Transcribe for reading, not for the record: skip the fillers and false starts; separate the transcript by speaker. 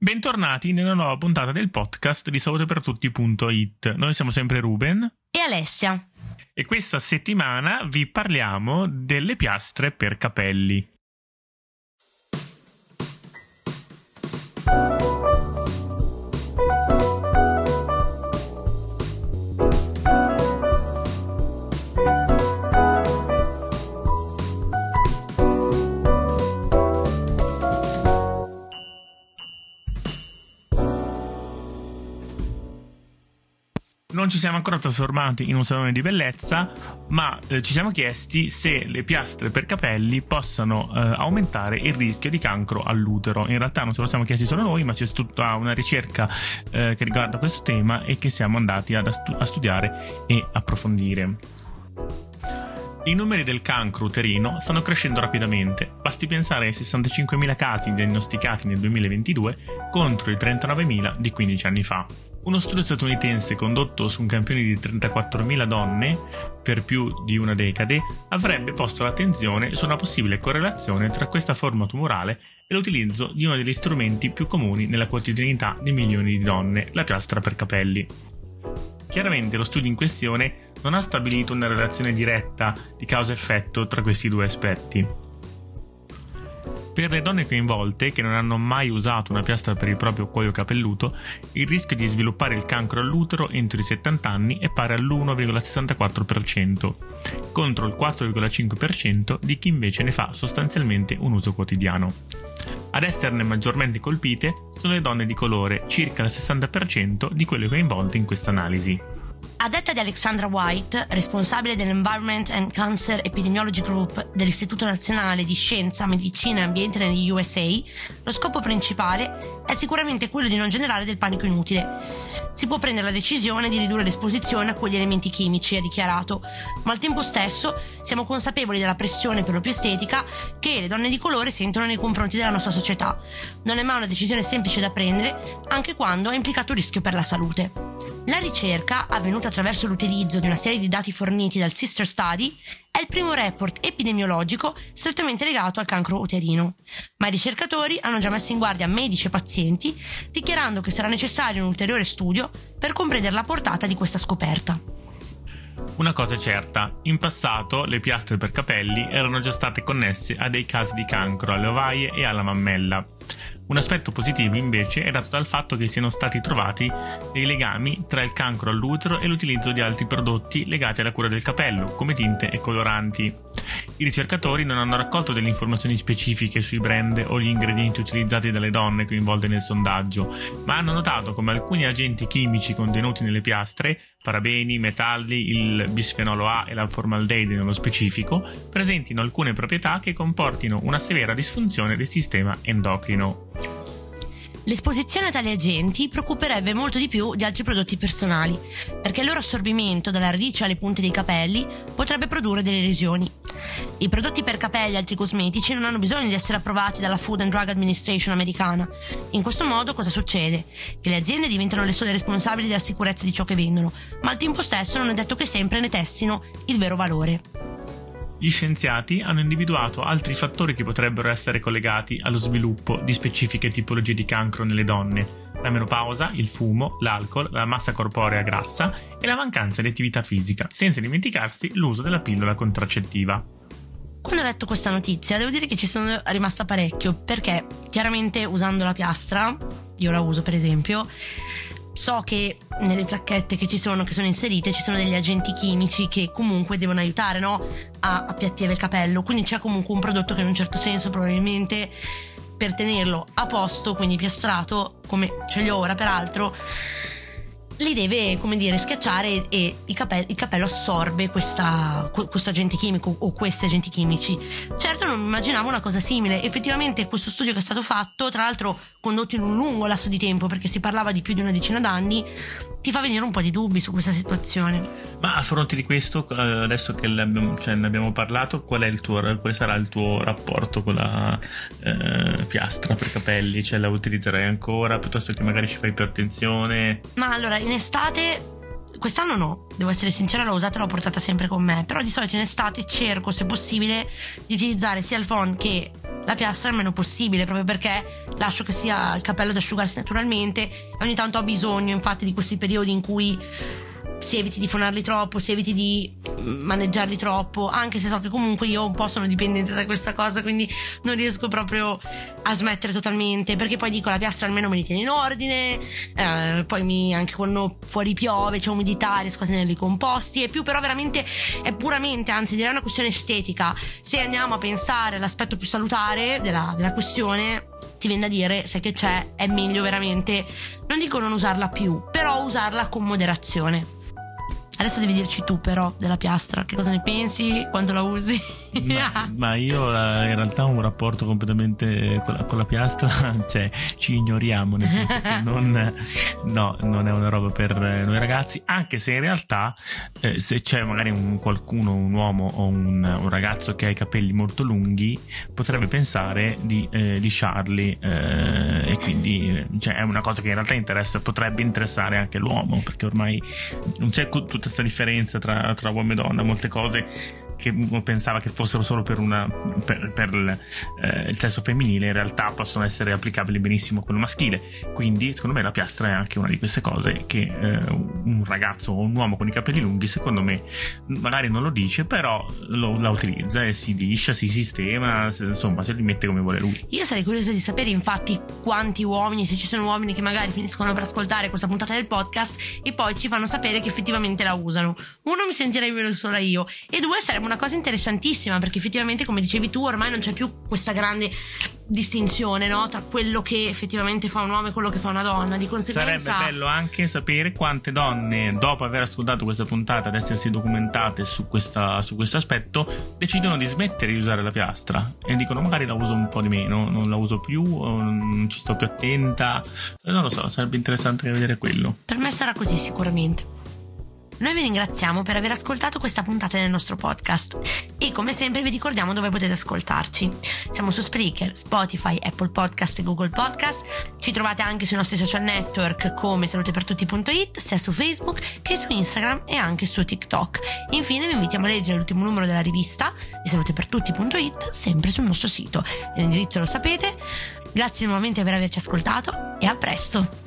Speaker 1: Bentornati nella nuova puntata del podcast di salutepertutti.it. Noi siamo sempre Ruben
Speaker 2: e Alessia
Speaker 1: e questa settimana vi parliamo delle piastre per capelli. Non ci siamo ancora trasformati in un salone di bellezza, ma ci siamo chiesti se le piastre per capelli possano aumentare il rischio di cancro all'utero. In realtà non ce lo siamo chiesti solo noi, ma c'è tutta una ricerca che riguarda questo tema e che siamo andati a studiare e approfondire. I numeri del cancro uterino stanno crescendo rapidamente, basti pensare ai 65.000 casi diagnosticati nel 2022 contro i 39.000 di 15 anni fa. Uno studio statunitense condotto su un campione di 34.000 donne per più di una decade avrebbe posto l'attenzione su una possibile correlazione tra questa forma tumorale e l'utilizzo di uno degli strumenti più comuni nella quotidianità di milioni di donne, la piastra per capelli. Chiaramente lo studio in questione non ha stabilito una relazione diretta di causa-effetto tra questi due aspetti. Per le donne coinvolte, che non hanno mai usato una piastra per il proprio cuoio capelluto, il rischio di sviluppare il cancro all'utero entro i 70 anni è pari all'1,64%, contro il 4,5% di chi invece ne fa sostanzialmente un uso quotidiano. Ad esserne maggiormente colpite sono le donne di colore, circa il 60% di quelle coinvolte in questa analisi.
Speaker 2: A detta di Alexandra White, responsabile dell'Environment and Cancer Epidemiology Group dell'Istituto Nazionale di Scienza, Medicina e Ambiente negli USA, lo scopo principale è sicuramente quello di non generare del panico inutile. Si può prendere la decisione di ridurre l'esposizione a quegli elementi chimici, ha dichiarato, ma al tempo stesso siamo consapevoli della pressione per lo più estetica che le donne di colore sentono nei confronti della nostra società. Non è mai una decisione semplice da prendere, anche quando ha implicato rischio per la salute. La ricerca, avvenuta attraverso l'utilizzo di una serie di dati forniti dal Sister Study, è il primo report epidemiologico strettamente legato al cancro uterino. Ma i ricercatori hanno già messo in guardia medici e pazienti, dichiarando che sarà necessario un ulteriore studio per comprendere la portata di questa scoperta.
Speaker 1: Una cosa è certa, in passato le piastre per capelli erano già state connesse a dei casi di cancro alle ovaie e alla mammella. Un aspetto positivo invece è dato dal fatto che siano stati trovati dei legami tra il cancro all'utero e l'utilizzo di altri prodotti legati alla cura del capello, come tinte e coloranti. I ricercatori non hanno raccolto delle informazioni specifiche sui brand o gli ingredienti utilizzati dalle donne coinvolte nel sondaggio, ma hanno notato come alcuni agenti chimici contenuti nelle piastre, parabeni, metalli, il bisfenolo A e la formaldeide nello specifico, presentino alcune proprietà che comportino una severa disfunzione del sistema endocrino.
Speaker 2: L'esposizione a tali agenti preoccuperebbe molto di più di altri prodotti personali, perché il loro assorbimento dalla radice alle punte dei capelli potrebbe produrre delle lesioni. I prodotti per capelli e altri cosmetici non hanno bisogno di essere approvati dalla Food and Drug Administration americana. In questo modo cosa succede? Che le aziende diventano le sole responsabili della sicurezza di ciò che vendono, ma al tempo stesso non è detto che sempre ne testino il vero valore.
Speaker 1: Gli scienziati hanno individuato altri fattori che potrebbero essere collegati allo sviluppo di specifiche tipologie di cancro nelle donne: la menopausa, il fumo, l'alcol, la massa corporea grassa e la mancanza di attività fisica, senza dimenticarsi l'uso della pillola contraccettiva.
Speaker 2: Quando ho letto questa notizia devo dire che ci sono rimasta parecchio, perché chiaramente usando la piastra, io la uso per esempio, so che nelle placchette che sono inserite ci sono degli agenti chimici che comunque devono aiutare, no? a appiattire il capello, quindi c'è comunque un prodotto che in un certo senso probabilmente per tenerlo a posto, quindi piastrato come ce li ho ora peraltro, li deve, come dire, schiacciare e il capello assorbe questo agente chimico o questi agenti chimici. Certo non immaginavo una cosa simile. Effettivamente questo studio che è stato fatto, tra l'altro condotto in un lungo lasso di tempo perché si parlava di più di una decina d'anni, ti fa venire un po' di dubbi su questa situazione.
Speaker 1: Ma a fronte di questo, adesso che ne abbiamo parlato, quale sarà il tuo rapporto con la piastra per capelli? Cioè, la utilizzerai ancora piuttosto che magari ci fai più attenzione?
Speaker 2: Ma allora, in estate, quest'anno no, devo essere sincera, l'ho usata e l'ho portata sempre con me, però di solito in estate cerco, se possibile, di utilizzare sia il phon che la piastra il meno possibile, proprio perché lascio che sia il capello ad asciugarsi naturalmente e ogni tanto ho bisogno infatti di questi periodi in cui si eviti di fonarli troppo, si eviti di maneggiarli troppo, anche se so che comunque io un po' sono dipendente da questa cosa, quindi non riesco proprio a smettere totalmente, perché poi dico la piastra almeno me li tiene in ordine, poi anche quando fuori piove c'è umidità riesco a tenerli composti, e più però veramente è puramente, anzi direi una questione estetica. Se andiamo a pensare all'aspetto più salutare della questione, ti viene da dire, sai che c'è, è meglio veramente, non dico non usarla più, però usarla con moderazione. Adesso devi dirci tu però della piastra, che cosa ne pensi, quando la usi?
Speaker 1: Ma io in realtà ho un rapporto completamente con la piastra, cioè ci ignoriamo, nel senso che non è una roba per noi ragazzi, anche se in realtà se c'è magari qualcuno, un uomo o un ragazzo che ha i capelli molto lunghi, potrebbe pensare di lisciarli, e quindi cioè, è una cosa che in realtà potrebbe interessare anche l'uomo, perché ormai non c'è tutta questa differenza tra uomo e donna. Molte cose che uno pensava che fossero solo per il sesso femminile in realtà possono essere applicabili benissimo a quello maschile, quindi secondo me la piastra è anche una di queste cose che un ragazzo o un uomo con i capelli lunghi secondo me magari non lo dice, però la utilizza e si liscia, si sistema, insomma se li mette come vuole lui.
Speaker 2: Io sarei curiosa di sapere infatti quanti uomini, se ci sono uomini che magari finiscono per ascoltare questa puntata del podcast e poi ci fanno sapere che effettivamente la usano. Uno, mi sentirei meno sola io, e due, sarebbe una cosa interessantissima, perché effettivamente, come dicevi tu, ormai non c'è più questa grande distinzione, no, tra quello che effettivamente fa un uomo e quello che fa una donna. Di conseguenza
Speaker 1: sarebbe bello anche sapere quante donne, dopo aver ascoltato questa puntata ed essersi documentate su questo aspetto, decidono di smettere di usare la piastra e dicono magari la uso un po' di meno, non la uso più, o non ci sto più attenta, non lo so, sarebbe interessante vedere quello.
Speaker 2: Per me sarà così sicuramente. Noi vi ringraziamo per aver ascoltato questa puntata del nostro podcast e come sempre vi ricordiamo dove potete ascoltarci. Siamo su Spreaker, Spotify, Apple Podcast e Google Podcast. Ci trovate anche sui nostri social network come salutepertutti.it, sia su Facebook che su Instagram e anche su TikTok. Infine vi invitiamo a leggere l'ultimo numero della rivista di salutepertutti.it, sempre sul nostro sito. L'indirizzo lo sapete. Grazie nuovamente per averci ascoltato e a presto!